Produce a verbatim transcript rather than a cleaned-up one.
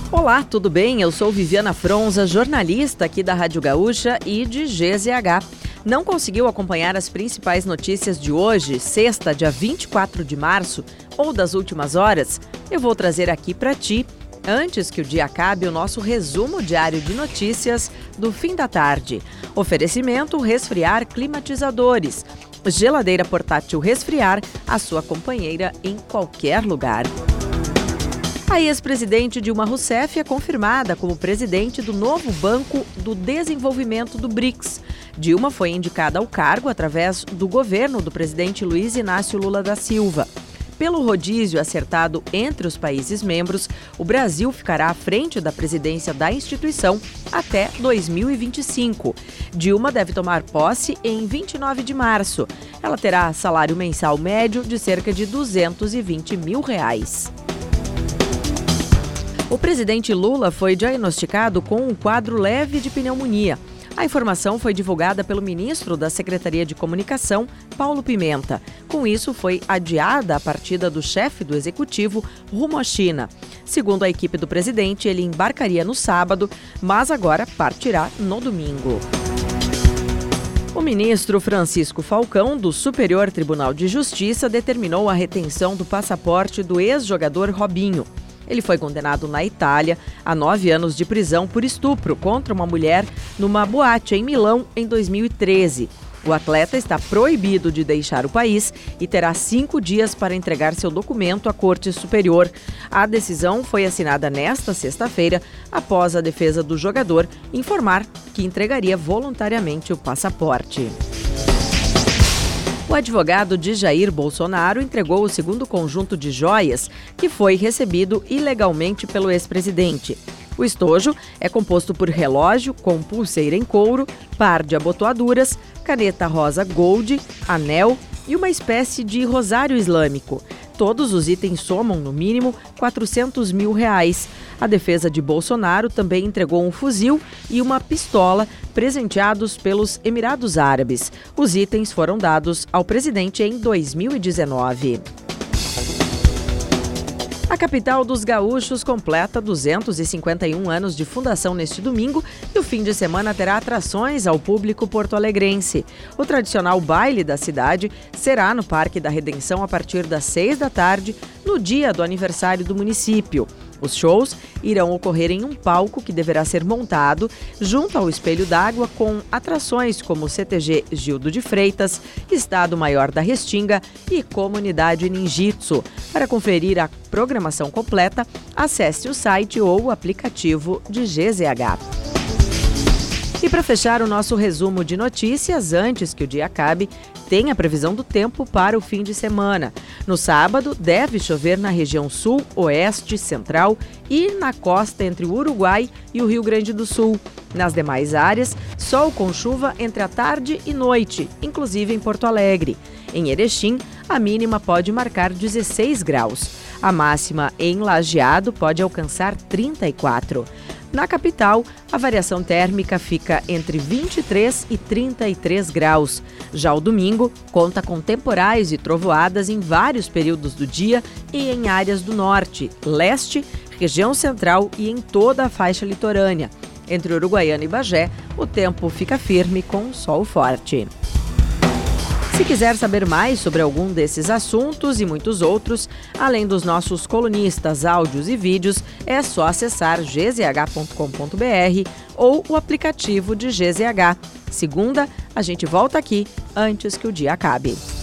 Olá, tudo bem? Eu sou Viviana Fronza, jornalista aqui da Rádio Gaúcha e de G Z H. Não conseguiu acompanhar as principais notícias de hoje, sexta, dia vinte e quatro de março, ou das últimas horas? Eu vou trazer aqui para ti, antes que o dia acabe, o nosso resumo diário de notícias do fim da tarde. Oferecimento Resfriar Climatizadores. Geladeira portátil Resfriar, a sua companheira em qualquer lugar. A ex-presidente Dilma Rousseff é confirmada como presidente do novo Banco do Desenvolvimento do BRICS. Dilma foi indicada ao cargo através do governo do presidente Luiz Inácio Lula da Silva. Pelo rodízio acertado entre os países membros, o Brasil ficará à frente da presidência da instituição até dois mil e vinte e cinco. Dilma deve tomar posse em vinte e nove de março. Ela terá salário mensal médio de cerca de duzentos e vinte mil reais. O presidente Lula foi diagnosticado com um quadro leve de pneumonia. A informação foi divulgada pelo ministro da Secretaria de Comunicação, Paulo Pimenta. Com isso, foi adiada a partida do chefe do executivo rumo à China. Segundo a equipe do presidente, ele embarcaria no sábado, mas agora partirá no domingo. O ministro Francisco Falcão, do Superior Tribunal de Justiça, determinou a retenção do passaporte do ex-jogador Robinho. Ele foi condenado na Itália a nove anos de prisão por estupro contra uma mulher numa boate em Milão em dois mil e treze. O atleta está proibido de deixar o país e terá cinco dias para entregar seu documento à Corte Superior. A decisão foi assinada nesta sexta-feira, após a defesa do jogador informar que entregaria voluntariamente o passaporte. O advogado de Jair Bolsonaro entregou o segundo conjunto de joias que foi recebido ilegalmente pelo ex-presidente. O estojo é composto por relógio com pulseira em couro, par de abotoaduras, caneta rosa gold, anel e uma espécie de rosário islâmico. Todos os itens somam, no mínimo, quatrocentos mil reais. A defesa de Bolsonaro também entregou um fuzil e uma pistola presenteados pelos Emirados Árabes. Os itens foram dados ao presidente em dois mil e dezenove. A capital dos gaúchos completa duzentos e cinquenta e um anos de fundação neste domingo e o fim de semana terá atrações ao público porto-alegrense. O tradicional baile da cidade será no Parque da Redenção a partir das seis da tarde, no dia do aniversário do município. Os shows irão ocorrer em um palco que deverá ser montado junto ao Espelho d'Água com atrações como o C T G Gildo de Freitas, Estado Maior da Restinga e Comunidade Ninjitsu. Para conferir a programação completa, acesse o site ou o aplicativo de G Z H. E para fechar o nosso resumo de notícias, antes que o dia acabe, tem a previsão do tempo para o fim de semana. No sábado, deve chover na região sul, oeste, central e na costa entre o Uruguai e o Rio Grande do Sul. Nas demais áreas, sol com chuva entre a tarde e noite, inclusive em Porto Alegre. Em Erechim, a mínima pode marcar dezesseis graus. A máxima em Lajeado pode alcançar trinta e quatro. Na capital, a variação térmica fica entre vinte e três e trinta e três graus. Já o domingo conta com temporais e trovoadas em vários períodos do dia e em áreas do norte, leste, região central e em toda a faixa litorânea. Entre Uruguaiana e Bagé, o tempo fica firme com sol forte. Se quiser saber mais sobre algum desses assuntos e muitos outros, além dos nossos colunistas, áudios e vídeos, é só acessar g z h ponto com ponto b r ou o aplicativo de G Z H. Segunda, a gente volta aqui antes que o dia acabe.